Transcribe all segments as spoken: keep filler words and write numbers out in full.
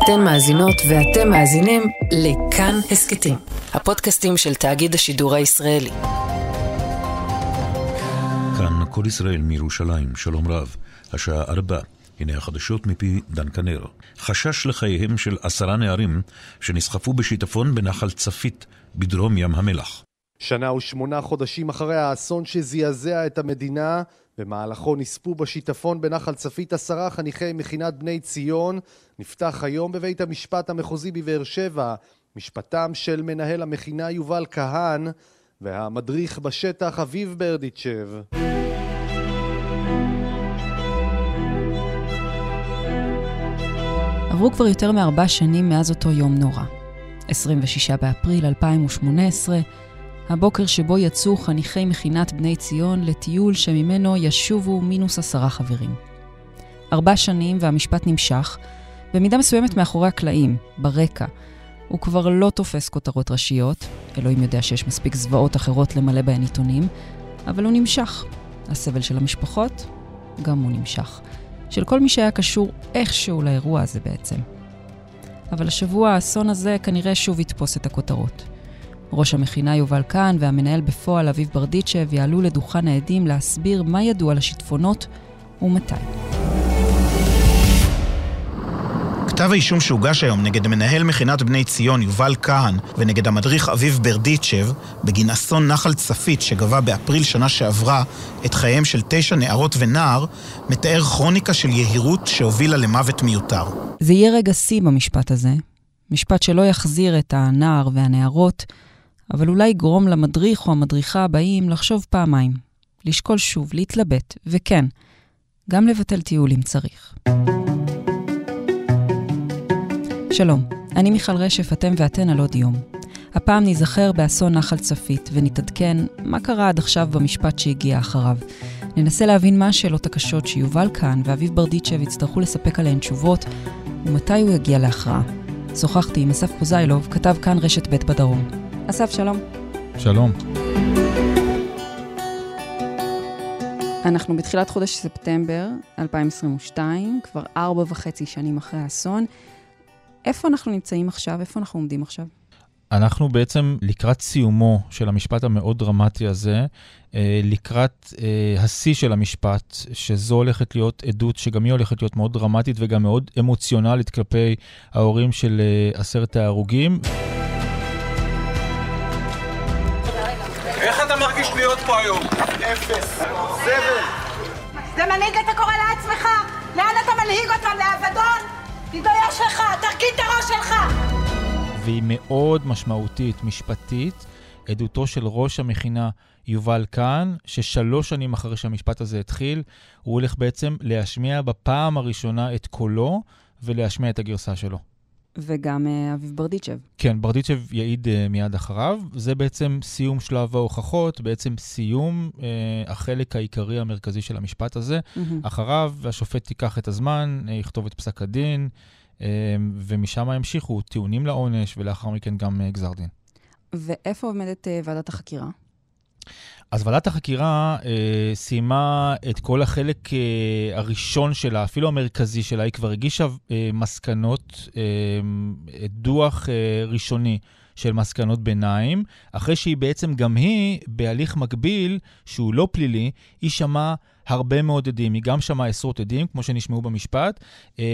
אתן מאזינות ואתם מאזינים לכאן הסקטים, הפודקאסטים של תאגיד השידור הישראלי. כאן כל ישראל מירושלים, שלום רב, השעה ארבע, הנה החדשות מפי דן כנר. חשש לחייהם של עשרה נערים שנסחפו בשיטפון בנחל צפית בדרום ים המלח. שנה ושמונה חודשים אחרי האסון שזעזע את המדינה, במהלכו נספו בשיטפון בנחל צפית עשרה חניכי מכינת בני ציון. נפתח היום בבית המשפט המחוזי בבאר שבע משפטם של מנהל המכינה יובל כהן והמדריך בשטח אביב ברדיצ'ב. עברו כבר יותר מארבע שנים מאז אותו יום נורא. עשרים ושישה באפריל אלפיים ושמונה עשרה, הבוקר שבו יצאו חניכי מכינת בני ציון לטיול שממנו ישובו מינוס עשרה חברים. ארבע שנים והמשפט נמשך, במידה מסוימת מאחורי הקלעים, ברקע. הוא כבר לא תופס כותרות ראשיות, אלוהים יודע שיש מספיק זוועות אחרות למלא בהן עיתונים, אבל הוא נמשך. הסבל של המשפחות, גם הוא נמשך. של כל מי שהיה קשור איכשהו לאירוע הזה בעצם. אבל השבוע האסון הזה כנראה שוב יתפוס את הכותרות. ראש המכינה יובל כהן והמנהל בפועל אביב ברדיצ'ב יעלו לדוכן העדים להסביר מה ידוע על השיטפונות ומתי. כתב האישום שהוגש היום נגד מנהל מכינת בני ציון יובל כהן ונגד המדריך אביב ברדיצ'ב בגין אסון נחל צפית שגבה באפריל שנה שעברה את חייהם של תשע נערות ונער, מתאר כרוניקה של יהירות שהובילה למוות מיותר. זה יהיה רגע שיא במשפט הזה, משפט שלא יחזיר את הנער והנערות, אבל אולי יגרום למדריך או המדריכה הבאים לחשוב פעמיים, לשקול שוב, להתלבט, וכן, גם לבטל טיול אם צריך. שלום, אני מיכל רשף, אתם ואתן על עוד יום. הפעם נזכר באסון נחל צפית ונתעדכן מה קרה עד עכשיו במשפט שהגיע אחריו. ננסה להבין מה השאלות הקשות שיובל כהן ואביב ברדיצ'ב יצטרכו לספק עליהן תשובות ומתי הוא יגיע להכרעה. שוחחתי עם אסף פוזיילוב, כתב כאן רשת ב' בדרום. אסף, שלום. שלום. אנחנו בתחילת חודש ספטמבר אלפיים עשרים ושתיים, כבר ארבע וחצי שנים אחרי האסון. איפה אנחנו נמצאים עכשיו? איפה אנחנו עומדים עכשיו? אנחנו בעצם לקראת סיומו של המשפט המאוד דרמטי הזה, לקראת השיא של המשפט, שזו הולכת להיות עדות שגם היא הולכת להיות מאוד דרמטית וגם מאוד אמוציונלית כלפי ההורים של עשרת ההרוגים. איך אתה מרגיש להיות פה היום? אפס. זבל. זה מנהיג אתה קורא לעצמך? לאן אתה מנהיג אותם? לאבדון? תתבייש לך, תרכין את הראש שלך. והיא מאוד משמעותית, משפטית, עדותו של ראש המכינה יובל כהן, ששלוש שנים אחרי שהמשפט הזה התחיל, הוא הולך בעצם להשמיע בפעם הראשונה את קולו, ולהשמיע את הגרסה שלו. וגם uh, אביב ברדיצ'ב. כן, ברדיצ'ב יעיד uh, מיד אחריו. זה בעצם סיום שלב ההוכחות, בעצם סיום uh, החלק העיקרי המרכזי של המשפט הזה. Mm-hmm. אחריו, השופט תיקח את הזמן, uh, יכתוב את פסק הדין, uh, ומשם המשיכו טיעונים לעונש, ולאחר מכן גם uh, גזר דין. ואיפה עומדת uh, ועדת החקירה? אז ועדת החקירה אה, סיימה את כל החלק אה, הראשון שלה, אפילו המרכזי שלה, היא כבר הגישה אה, מסקנות, אה, דוח אה, ראשוני של מסקנות ביניים, אחרי שהיא בעצם גם היא, בהליך מקביל, שהוא לא פלילי, היא שמעה הרבה מאוד עדים, היא גם שמעה עשרות עדים, כמו שנשמעו במשפט, אה,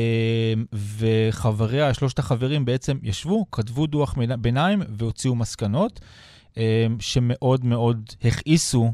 וחבריה, שלושת החברים בעצם ישבו, כתבו דוח ביניים והוציאו מסקנות, שמאוד מאוד הכעיסו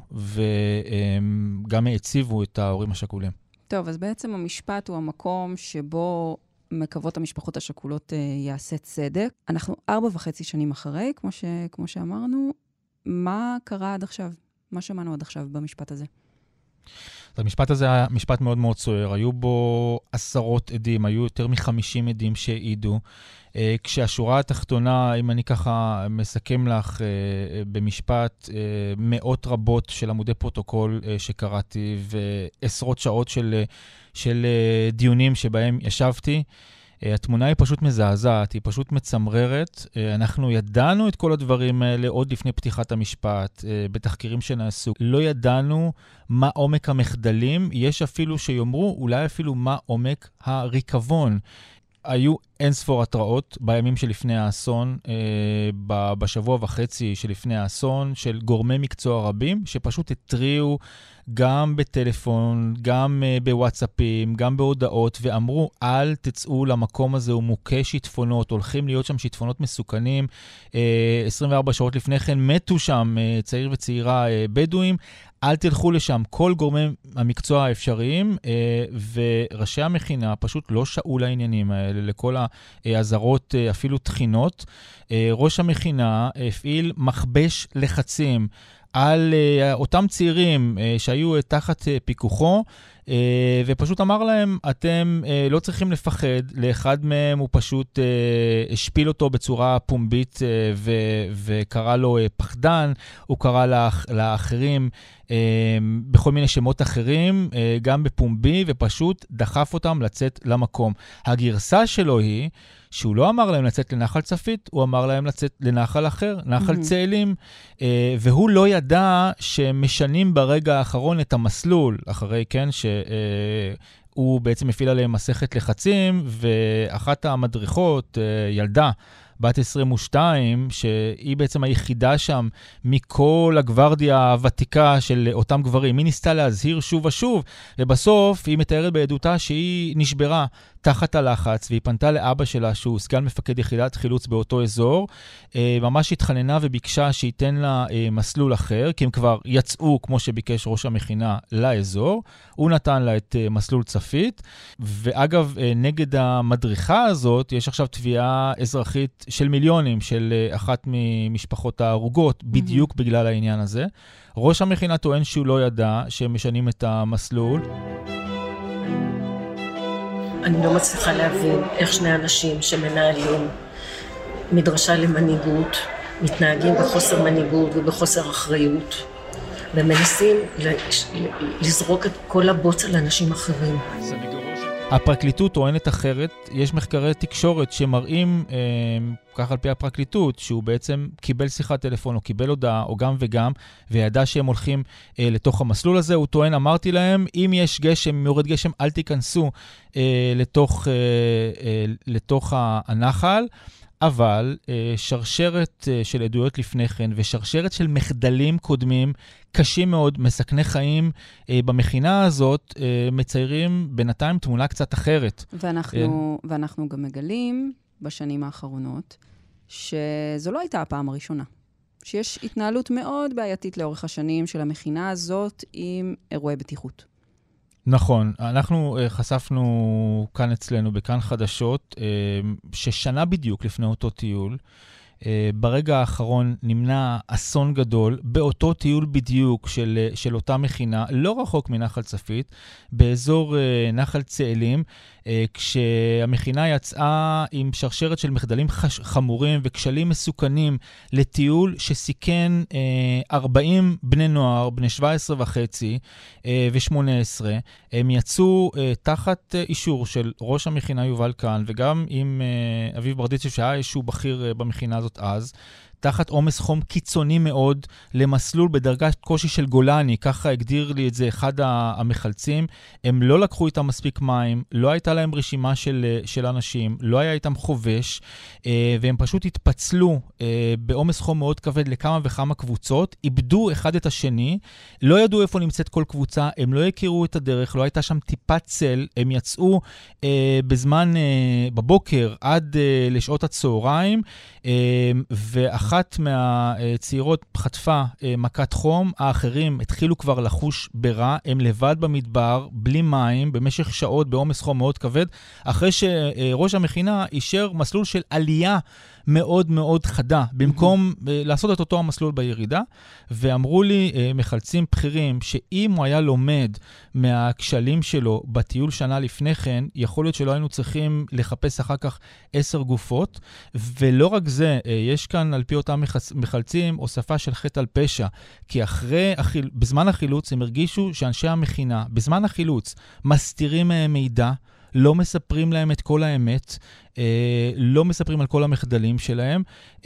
וגם העציבו את ההורים השכולים. טוב, אז בעצם המשפט הוא המקום שבו מקוות המשפחות השכולות יעשה צדק. אנחנו ארבע וחצי שנים אחרי, כמו, ש, כמו שאמרנו, מה קרה עד עכשיו? מה שמענו עד עכשיו במשפט הזה? אז המשפט הזה היה משפט מאוד מאוד סוער, היו בו עשרות עדים, היו יותר מחמישים עדים שהעידו, כשהשורה התחתונה, אם אני ככה מסכם לך במשפט, מאות רבות של עמודי פרוטוקול שקראתי, ועשרות שעות של, של דיונים שבהם ישבתי, התמונה היא פשוט מזעזעת, היא פשוט מצמררת. אנחנו ידענו את כל הדברים האלה עוד לפני פתיחת המשפט, בתחקירים שנעשו. לא ידענו מה עומק המחדלים, יש אפילו שיאמרו, אולי אפילו מה עומק הריקבון. היו אין ספור התראות בימים שלפני האסון, אה, בשבוע וחצי שלפני האסון, של גורמי מקצוע רבים, שפשוט התריעו גם בטלפון, גם אה, בוואטסאפים, גם בהודעות, ואמרו, אל תצאו למקום הזה, הוא מוכה שיטפונות, הולכים להיות שם שיטפונות מסוכנים. אה, עשרים וארבע שעות לפני כן מתו שם אה, צעיר וצעירה אה, בדואים, אל תלכו לשם, כל גורמי המקצוע האפשריים, וראשי המכינה פשוט לא שעו לעניינים האלה, לכל ההזרות אפילו תחינות. ראש המכינה הפעיל מכבש לחצים על אותם צעירים שהיו תחת פיקוחו, ופשוט אמר להם, אתם לא צריכים לפחד, לאחד מהם הוא פשוט השפיל אותו בצורה פומבית וקרא לו פחדן, הוא קרא לאחרים בכל מיני שמות אחרים, גם בפומבי, ופשוט דחף אותם לצאת למקום. הגרסה שלו היא שהוא לא אמר להם לצאת לנחל צפית, הוא אמר להם לצאת לנחל אחר, נחל צאלים, והוא לא ידע שמשנים ברגע האחרון את המסלול, אחרי כן שהוא בעצם הפעיל עליהם מסכת לחצים, ואחת המדריכות, ילדה, בת עשרים ושתיים, שהיא בעצם היחידה שם מכל הגוורדיה הוותיקה של אותם גברים. היא ניסתה להזהיר שוב ושוב, ובסוף היא מתארת בעדותה שהיא נשברה תחת הלחץ, והיא פנתה לאבא שלה, שהוא סגן מפקד יחידת חילוץ באותו אזור, ממש התחננה וביקשה שייתן לה מסלול אחר, כי הם כבר יצאו, כמו שביקש ראש המכינה, לאזור. הוא נתן לה את מסלול צפית, ואגב, נגד המדריכה הזאת, יש עכשיו תביעה אזרחית של מיליונים, של אחת ממשפחות ההרוגות, בדיוק בגלל העניין הזה. ראש המכינה טוען שהוא לא ידע שהם משנים את המסלול. אני לא מצליחה להבין איך שני אנשים שמנהלים מדרשה למנהיגות, מתנהגים בחוסר מנהיגות ובחוסר אחריות, ומנסים לזרוק את כל הבוץ על אנשים אחרים. הפרקליטות טוענת אחרת, יש מחקרי תקשורת שמראים, אה, כך על פי הפרקליטות, שהוא בעצם קיבל שיחת טלפון או קיבל הודעה או גם וגם, וידע שהם הולכים אה, לתוך המסלול הזה. הוא טוען, אמרתי להם, אם יש גשם, אם יורד גשם, אל תיכנסו אה, לתוך, אה, אה, לתוך הנחל. אבל שרשרת של עדויות לפני כן ושרשרת של מחדלים קודמים קשים מאוד, מסכני חיים במכינה הזאת, מציירים בינתיים תמונה קצת אחרת. ואנחנו, ואנחנו גם מגלים בשנים האחרונות שזו לא הייתה הפעם הראשונה. שיש התנהלות מאוד בעייתית לאורך השנים של המכינה הזאת עם אירועי בטיחות. נכון, אנחנו uh, חשפנו כאן אצלנו בכאן חדשות, uh, ששנה בדיוק לפני אותו טיול, uh, ברגע האחרון נמנע אסון גדול, באותו טיול בדיוק של, של אותה מכינה, לא רחוק מנחל צפית, באזור uh, נחל צאלים, uh, כשהמכינה יצאה עם שרשרת של מחדלים חש, חמורים וכשלים מסוכנים לטיול שסיכן uh, ארבעים בני נוער, בני שבע עשרה וחצי uh, ו-שמונה עשרה, הם יצאו uh, תחת uh, אישור של ראש המכינה יובל כהן, וגם עם uh, אביב ברדיצ'ב שהיה איזשהו בכיר uh, במכינה הזאת אז, תחת עומס חום קיצוני מאוד למסלול בדרגת קושי של גולני, ככה הגדיר לי את זה אחד המחלצים. הם לא לקחו איתם מספיק מים, לא הייתה להם רשימה של, של אנשים, לא היה איתם חובש, והם פשוט התפצלו בעומס חום מאוד כבד לכמה וכמה קבוצות, איבדו אחד את השני, לא ידעו איפה נמצאת כל קבוצה, הם לא הכירו את הדרך, לא הייתה שם טיפת צל, הם יצאו בזמן, בבוקר עד לשעות הצהריים, ואחת אחת מהצעירות חטפה מכת חום, האחרים התחילו כבר לחוש ברע, הם לבד במדבר, בלי מים, במשך שעות בעומס חום מאוד כבד, אחרי שראש המכינה אישר מסלול של עלייה מאוד מאוד חדה, במקום mm-hmm. לעשות את אותו המסלול בירידה, ואמרו לי מחלצים בכירים, שאם הוא היה לומד מהכשלים שלו בטיול שנה לפני כן, יכול להיות שלא היינו צריכים לחפש אחר כך עשר גופות, ולא רק זה, יש כאן על פי אותם מחלצים, הוספה של חטא על פשע, כי אחרי, החיל... בזמן החילוץ הם הרגישו שאנשי המכינה, בזמן החילוץ, מסתירים מהם מידע, לא מספרים להם את כל האמת, לא מספרים על כל המחדלים שלהם,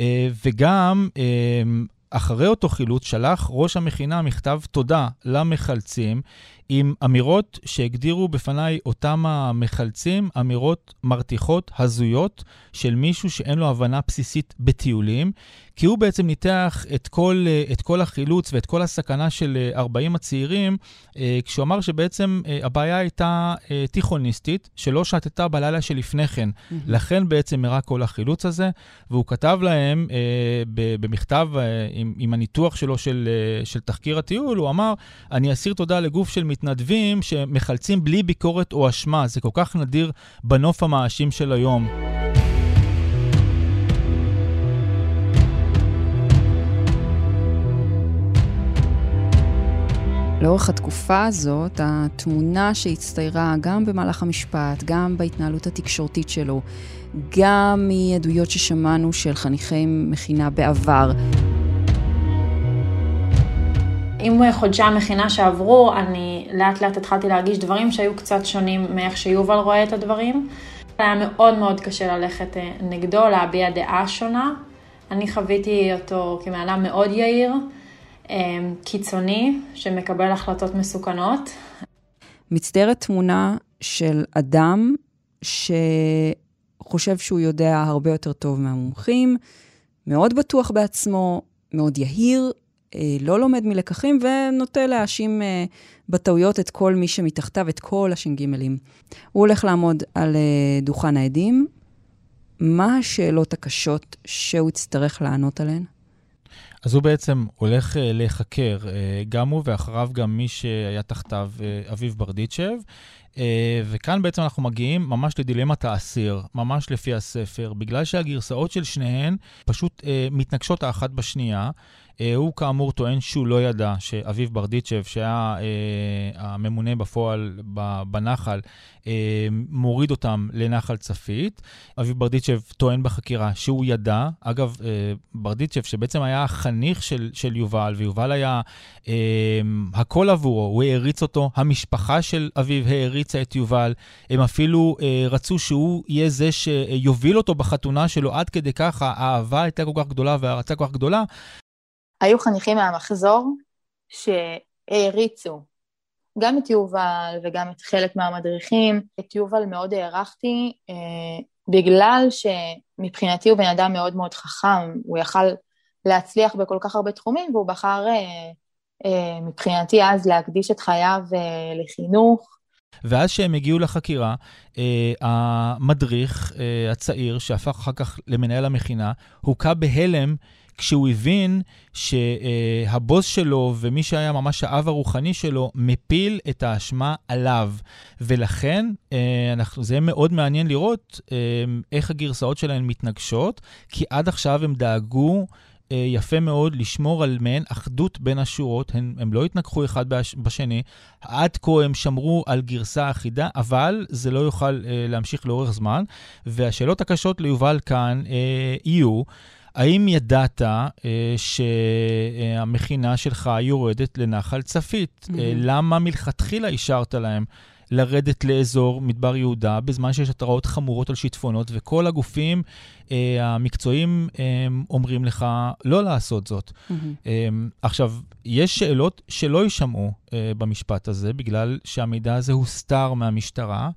וגם אחרי אותו חילוץ שלח ראש המכינה מכתב תודה למחלצים, עם אמירות שהגדירו בפניי אותם המחלצים, אמירות מרתיחות, הזויות, של מישהו שאין לו הבנה בסיסית בטיולים, כי הוא בעצם ניתח את כל, את כל החילוץ ואת כל הסכנה של ארבעים הצעירים, כשהוא אמר שבעצם הבעיה הייתה תיכוניסטית, שלא שתתה בלילה שלפני כן. Mm-hmm. לכן בעצם מראה כל החילוץ הזה, והוא כתב להם במכתב עם, עם הניתוח שלו של, של תחקיר הטיול, הוא אמר, אני אסיר תודה לגוף של מתנדבים שמחלצים בלי ביקורת או אשמה, זה כל כך נדיר בנוף המאשים של היום. לאורך התקופה הזאת, התמונה שהצטיירה גם במהלך המשפט, גם בהתנהלות התקשורתית שלו, גם מעדויות ששמענו של חניכי מכינה בעבר. עם חודשי המכינה שעברו, אני לאט לאט התחלתי להרגיש דברים שהיו קצת שונים מאיך שיובל רואה את הדברים. היה מאוד מאוד קשה ללכת נגדו, להביע דעה שונה. אני חוויתי אותו כמאדם מאוד יעיר, קיצוני, שמקבל החלטות מסוכנות. מצטיירת תמונה של אדם שחושב שהוא יודע הרבה יותר טוב מהמומחים, מאוד בטוח בעצמו, מאוד יהיר, לא לומד מלקחים ונוטה להאשים בטעויות את כל מי שמתחתיו, את כל הש"גים. הוא הולך לעמוד על דוכן העדים. מה השאלות הקשות שהוא יצטרך לענות עליהן? אז הוא בעצם הולך לחקר, גם הוא ואחריו גם מי שהיה תחתיו, אביב ברדיצ'ב, וכאן בעצם אנחנו מגיעים ממש לדילמת האסיר, ממש לפי הספר, בגלל שהגרסאות של שניהן פשוט מתנגשות האחת בשנייה. הוא כאמור טוען שהוא לא ידע שאביב ברדיצ'ב, שהיה הממונה בפועל בנחל, מוריד אותם לנחל צפית. אביב ברדיצ'ב טוען בחקירה שהוא ידע. אגב, ברדיצ'ב שבעצם היה החניך של, של יובל, ויובל היה הכל עבורו, הוא העריץ אותו, המשפחה של אביב העריצה את יובל, הם אפילו רצו שהוא יהיה זה שיוביל אותו בחתונה שלו, עד כדי כך האהבה הייתה כל כך גדולה וההרצה כל כך גדולה. היו חניכים מהמחזור שהעריצו גם את יובל וגם את חלק מהמדריכים. את יובל מאוד הערכתי, אה, בגלל שמבחינתי הוא בן אדם מאוד מאוד חכם, הוא יכל להצליח בכל כך הרבה תחומים, והוא בחר אה, אה, מבחינתי אז להקדיש את חייו אה, לחינוך. ואז שהם הגיעו לחקירה, אה, המדריך אה, הצעיר שהפך אחר כך למנהל המכינה, הוקע בהלם, כשהוא הבין שהבוס שלו ומי שהיה ממש האב הרוחני שלו מפיל את האשמה עליו. ולכן אנחנו, זה מאוד מעניין לראות איך הגרסאות שלהן מתנגשות, כי עד עכשיו הם דאגו יפה מאוד לשמור על מעין אחדות בין השורות, הם, הם לא התנגחו אחד בשני, עד כה הם שמרו על גרסה אחידה, אבל זה לא יוכל להמשיך לאורך זמן, והשאלות הקשות ליובל כאן יהיו, האם ידעת אה, שהמכינה שלך יורדת לנחל צפית? Mm-hmm. אה, למה מלכתחילה אישרת להם לרדת לאזור מדבר יהודה, בזמן שיש התראות חמורות על שיטפונות, וכל הגופים אה, המקצועיים אה, אומרים לך לא לעשות זאת. Mm-hmm. אה, עכשיו, יש שאלות שלא יישמעו אה, במשפט הזה, בגלל שהמידע הזה הוסתר מהמשטרה,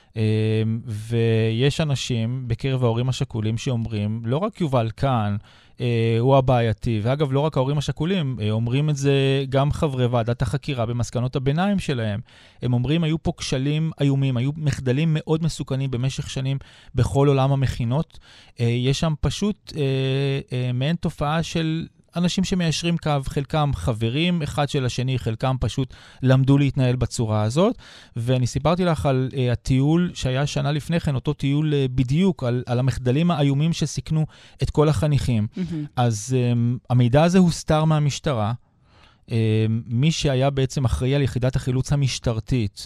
ויש אנשים בקרב ההורים השכולים שאומרים, לא רק יובל כאן הוא הבעייתי, ואגב לא רק ההורים השכולים, אומרים את זה גם חברי ועדת החקירה במסקנות הביניים שלהם. הם אומרים, היו פה כשלים איומים, היו מחדלים מאוד מסוכנים במשך שנים בכל עולם המכינות. יש שם פשוט מעין תופעה של אנשים שמיישרים קו, חלקם חברים אחד של השני, חלקם פשוט למדו להתנהל בצורה הזאת, ואני סיפרתי לך על uh, הטיול שהיה שנה לפני כן, אותו טיול uh, בדיוק, על, על המחדלים האיומים שסיכנו את כל החניכים. Mm-hmm. אז um, המידע הזה הוסתר מהמשטרה, um, מי שהיה בעצם אחראי על יחידת החילוץ המשטרתית,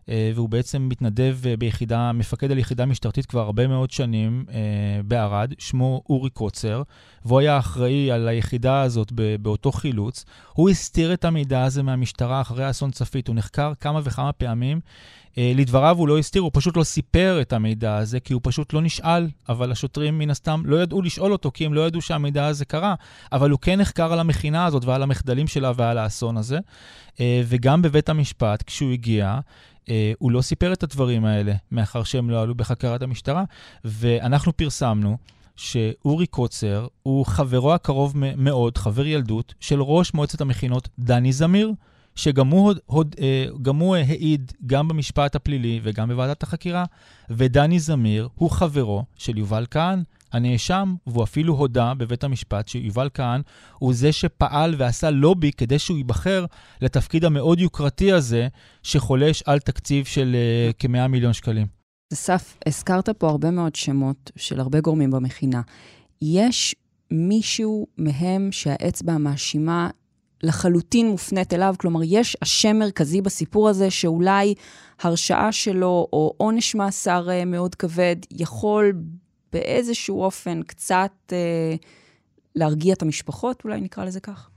והוא בעצם מתנדב ביחידה, מפקד על יחידה משטרתית כבר הרבה מאוד שנים בערד, שמו אורי קוצר, והוא היה אחראי על היחידה הזאת באותו חילוץ. הוא הסתיר את המידע הזה מהמשטרה אחרי האסון צפית, הוא נחקר כמה וכמה פעמים, לדבריו הוא לא הסתיר, הוא פשוט לא סיפר את המידע הזה, כי הוא פשוט לא נשאל, אבל השוטרים מן הסתם לא ידעו לשאול אותו, כי הם לא ידעו שהמידע הזה קרה, אבל הוא כן נחקר על המכינה הזאת ועל המחדלים שלה ועל האסון הזה, וגם בבית המשפט, כשהוא הגיע, הוא לא סיפר את הדברים האלה, מאחר שהם לא עלו בחקרת המשטרה, ואנחנו פרסמנו שאורי קוצר הוא חברו הקרוב מאוד, חבר ילדות, של ראש מועצת המכינות דני זמיר, שגם הוא, הוד, גם הוא העיד גם במשפט הפלילי וגם בוועדת החקירה, ודני זמיר הוא חברו של יובל כהן, הנאשם, והוא אפילו הודה בבית המשפט שיובל כהן הוא זה שפעל ועשה לובי כדי שהוא ייבחר לתפקיד המאוד יוקרתי הזה, שחולש על תקציב של uh, כ-מאה מיליון שקלים. אסף, הזכרת פה הרבה מאוד שמות של הרבה גורמים במכינה. יש מישהו מהם שהאצבע המאשימה לחלוטין מופנית אליו, כלומר, יש השם מרכזי בסיפור הזה, שאולי הרשעה שלו, או עונש מאסר מאוד כבד, יכול באיזשהו אופן קצת אה, להרגיע את המשפחות, אולי נקרא לזה כך?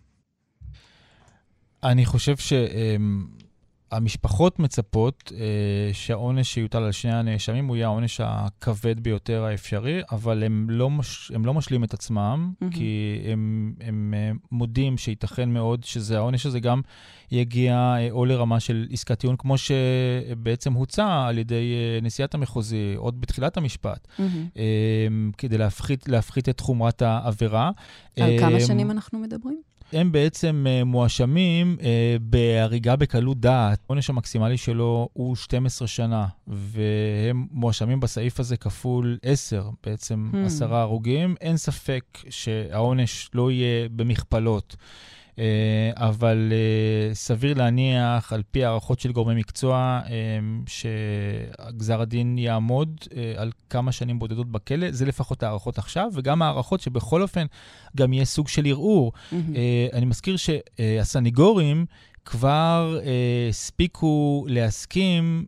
אני חושב שהמשפחות מצפות אה, שהעונש שיוטל על שני הנאשמים, הוא יהיה העונש הכבד ביותר האפשרי, אבל הם לא, מש, הם לא משלים את עצמם, mm-hmm. כי הם, הם מודים שייתכן מאוד שזה, העונש הזה גם יגיע או לרמה של עסקת טיעון, כמו שבעצם הוצע על ידי נשיאת המחוזי, עוד בתחילת המשפט, mm-hmm. כדי להפחית, להפחית את חומרת העבירה. על כמה שנים אנחנו מדברים? הם בעצם מואשמים בהריגה בקלות דעת. העונש המקסימלי שלו הוא שתים עשרה שנה, והם מואשמים בסעיף הזה כפול עשר, בעצם hmm. עשרה הרוגים. אין ספק שהעונש לא יהיה במכפלות, אבל סביר להניח, על פי הערכות של גורמי מקצוע, שגזר הדין יעמוד על כמה שנים בודדות בכלא. זה לפחות הערכות עכשיו, וגם הערכות שבכל אופן גם יהיה סוג של ערעור. Mm-hmm. אני מזכיר שהסניגורים כבר הספיקו להסכים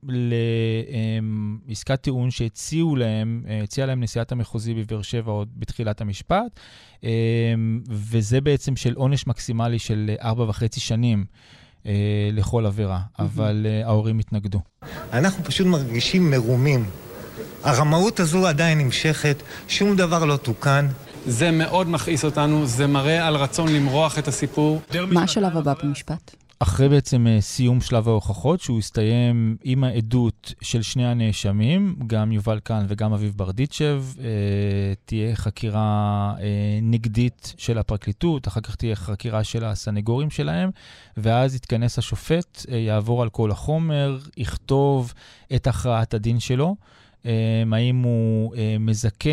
לעסקת טיעון שהציעו להם, הציעה להם נשיאת המחוזי בבאר שבע עוד בתחילת המשפט, וזה בעצם של עונש מקסימלי של ארבע וחצי שנים לכל עבירה, אבל ההורים התנגדו. אנחנו פשוט מרגישים מרומים. הרמאות הזו עדיין נמשכת, שום דבר לא תוקן. זה מאוד מכעיס אותנו, זה מראה על רצון למרוח את הסיפור. מה השלב הבא במשפט? אחרי בעצם סיום שלב ההוכחות, שהוא הסתיים עם העדות של שני הנאשמים, גם יובל כהן וגם אביב ברדיצ'ב, תהיה חקירה נגדית של הפרקליטות, אחר כך תהיה חקירה של הסנגורים שלהם, ואז יתכנס השופט, יעבור על כל החומר, יכתוב את הכרעת הדין שלו, האם הוא מזכה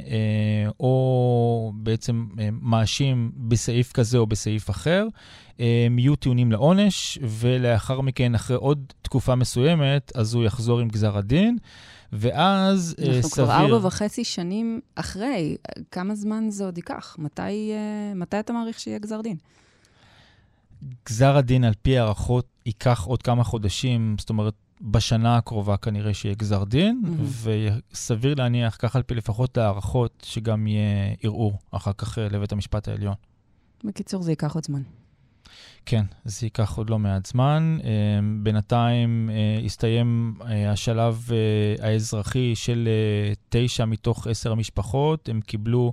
או בעצם מאשים בסעיף כזה או בסעיף אחר, יהיו טיעונים לעונש, ולאחר מכן, אחרי עוד תקופה מסוימת, אז הוא יחזור עם גזר הדין, ואז סביר... אנחנו כבר ארבע וחצי שנים אחרי, כמה זמן זה עוד ייקח? מתי, מתי אתה מעריך שיהיה גזר דין? גזר הדין על פי הערכות ייקח עוד כמה חודשים, זאת אומרת, בשנה הקרובה כנראה שיהיה גזר דין, mm-hmm. וסביר להניח, כך על פי לפחות הערכות, שגם יהיה ערעור אחר כך לבית המשפט העליון. בקיצור, זה ייקח עוד זמן. כן, זה ייקח עוד לא מעט זמן. בינתיים הסתיים השלב האזרחי של תשע מתוך עשר המשפחות. הם קיבלו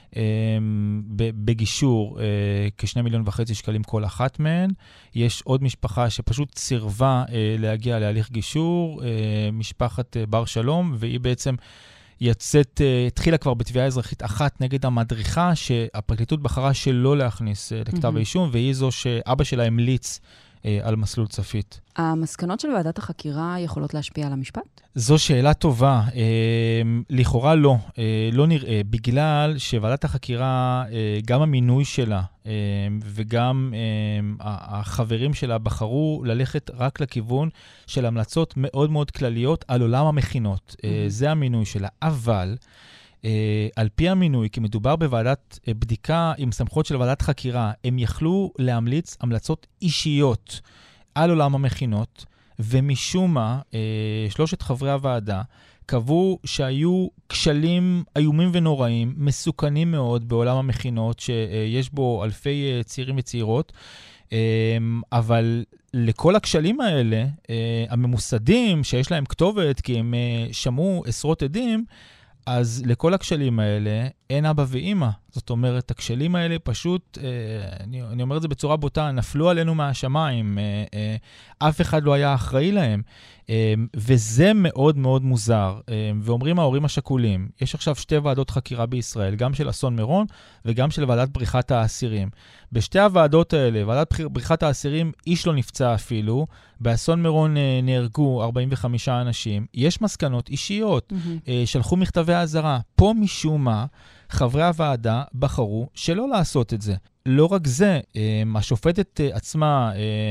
בגישור כשני מיליון וחצי שקלים כל אחת מהן. יש עוד משפחה שפשוט סירבה להגיע להליך גישור, משפחת בר שלום, והיא בעצם יצאת, התחילה כבר בתביעה אזרחית אחת נגד המדריכה, שהפרקליטות בחרה שלא להכניס לכתב האישום, והיא זו שאבא שלה המליץ על מסלול צפית. המסקנות של ועדת החקירה יכולות להשפיע על המשפט? זו שאלה טובה. לכאורה לא, לא נראה, בגלל שוועדת החקירה, גם המינוי שלה וגם החברים שלה בחרו ללכת רק לכיוון של המלצות מאוד מאוד כלליות על עולם המכינות. זה המינוי שלה, אבל על פי המינוי, כי מדובר בוועדת בדיקה עם סמכות של ועדת חקירה, הם יכלו להמליץ המלצות אישיות על עולם המכינות, ומשום מה, שלושת חברי הוועדה קבעו שהיו כשלים איומים ונוראים, מסוכנים מאוד בעולם המכינות, שיש בו אלפי צעירים וצעירות, אבל לכל הכשלים האלה, הממוסדים שיש להם כתובת, כי הם שמעו עשרות עדים, אז לכל הכשלים האלה אין אבא ואמא. זאת אומרת, הכשלים האלה פשוט, אני, אני אומר את זה בצורה בוטה, נפלו עלינו מהשמיים, אף אחד לא היה אחראי להם, וזה מאוד מאוד מוזר. ואומרים ההורים השכולים, יש עכשיו שתי ועדות חקירה בישראל, גם של אסון מירון וגם של ועדת בריחת האסירים. בשתי הוועדות האלה, ועדת בריחת האסירים, איש לא נפצע אפילו, באסון מירון נהרגו ארבעים וחמישה אנשים, יש מסקנות אישיות, mm-hmm. שלחו מכתבי האזהרה. פה משום מה, חברי הוועדה בחרו שלא לעשות את זה. לא רק זה, השופטת עצמה,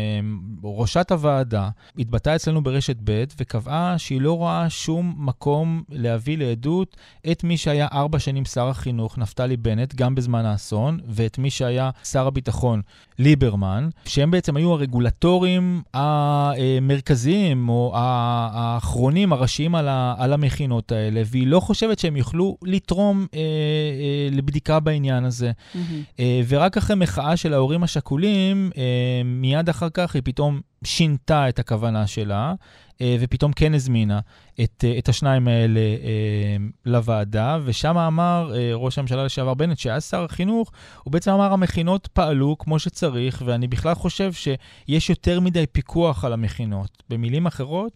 ראשת הוועדה, התבטאה אצלנו ברשת ב' וקבעה שהיא לא רואה שום מקום להביא לעדות את מי שהיה ארבע שנים שר החינוך, נפתלי בנט, גם בזמן האסון, ואת מי שהיה שר הביטחון, ליברמן, שהם בעצם היו הרגולטורים המרכזיים, או האחרונים, הראשיים על המכינות האלה, והיא לא חושבת שהם יוכלו לתרום לבדיקה בעניין הזה. Mm-hmm. ורק אחרי מחאה של ההורים השכולים, מיד אחר כך היא פתאום שינתה את הכוונה שלה, ופתאום כן הזמינה את, את השניים האלה לוועדה, ושם אמר ראש הממשלה לשעבר בנט, שהיה שר החינוך, הוא בעצם אמר, המכינות פעלו כמו שצריך, ואני בכלל חושב שיש יותר מדי פיקוח על המכינות. במילים אחרות,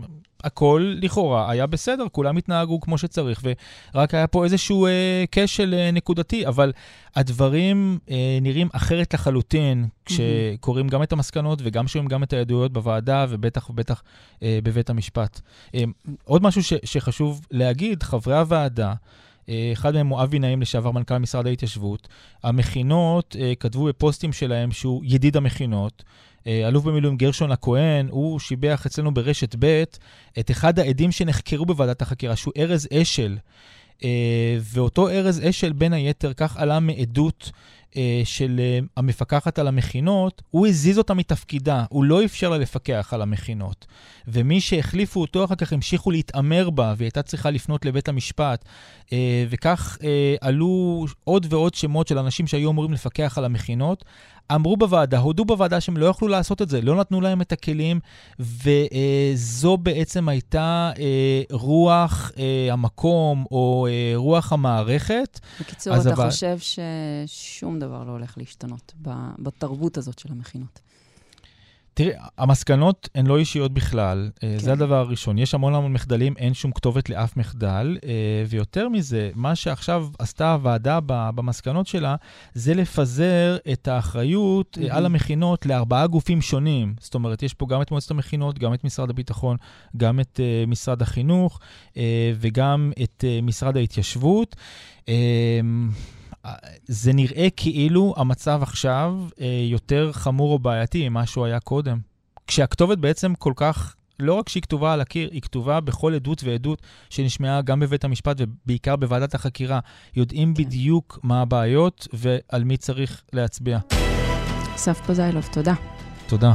הכל לכאורה היה בסדר, כולם התנהגו כמו שצריך, ורק היה פה איזשהו אה, כשל אה, נקודתי, אבל הדברים אה, נראים אחרת לחלוטין, כשקוראים גם את המסקנות וגם שומעים גם את העדויות בוועדה, ובטח ובטח אה, בבית המשפט. אה, עוד משהו ש, שחשוב להגיד, חברי הוועדה, אחד מהם הוא אבי נעים לשעבר מנכ"ל משרד ההתיישבות, המכינות אה, כתבו בפוסטים שלהם שהוא ידיד המכינות, אלוף במילואים גרשון הכהן, הוא שיבח אצלנו ברשת ב' את אחד העדים שנחקרו בוועדת החקירה, שהוא ארז אשל. ואותו ארז אשל בין היתר כך עלה מעדות של המפקחת על המכינות, הוא הזיז אותה מתפקידה, הוא לא אפשר לה לפקח על המכינות. ומי שהחליפו אותו אחר כך המשיכו להתאמר בה, והיא הייתה צריכה לפנות לבית המשפט, וכך עלו עוד ועוד שמות של אנשים שהיו אמורים לפקח על המכינות, אמרו בוועדה, הודו בוועדה שהם לא יכלו לעשות את זה, לא נתנו להם את הכלים, וזו בעצם הייתה רוח המקום, או רוח המערכת. בקיצור, אתה אבל... חושב ששום דבר לא הולך להשתנות בתרבות הזאת של המכינות. תראי, המסקנות הן לא אישיות בכלל, כן. זה הדבר הראשון. יש המון המון מחדלים, אין שום כתובת לאף מחדל, ויותר מזה, מה שעכשיו עשתה הוועדה במסקנות שלה, זה לפזר את האחריות mm-hmm. על המכינות לארבעה גופים שונים. זאת אומרת, יש פה גם את מועצת המכינות, גם את משרד הביטחון, גם את uh, משרד החינוך, uh, וגם את uh, משרד ההתיישבות. Uh, זה נראה כאילו המצב עכשיו יותר חמור או בעייתי ממה שהוא היה קודם. כשהכתובת בעצם כל כך, לא רק שהיא כתובה על הקיר, היא כתובה בכל עדות ועדות שנשמעה גם בבית המשפט ובעיקר בוועדת החקירה. יודעים כן. בדיוק מה הבעיות ועל מי צריך להצביע. אסף פזיילוב, תודה. תודה.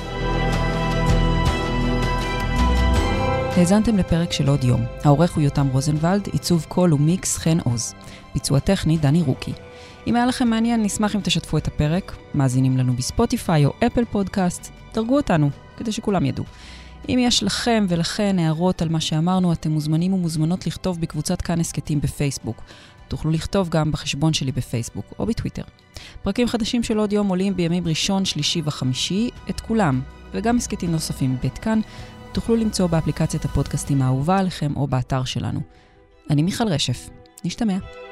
האזנתם לפרק של עוד יום. העורך הוא יותם רוזנבלד, עיצוב קול ומיקס חן עוז. ביצוע טכני דני רוקי. אם היה לכם מעניין, נשמח אם תשתפו את הפרק. מאזינים לנו בספוטיפיי או אפל פודקאסט. דרגו אותנו, כדי שכולם ידעו. אם יש לכם ולכן הערות על מה שאמרנו, אתם מוזמנים ומוזמנות לכתוב בקבוצת כאן הסקטים בפייסבוק. תוכלו לכתוב גם בחשבון שלי בפייסבוק או בטוויטר. פרקים חדשים של עוד יום עולים בימים ראשון, שלישי וחמישי, את כולם, וגם הסקטים נוספים מבית כאן, תוכלו למצוא באפליקציית הפודקאסטים האהובה עליכם או באתר שלנו. אני מיכל רשף. נשתמע.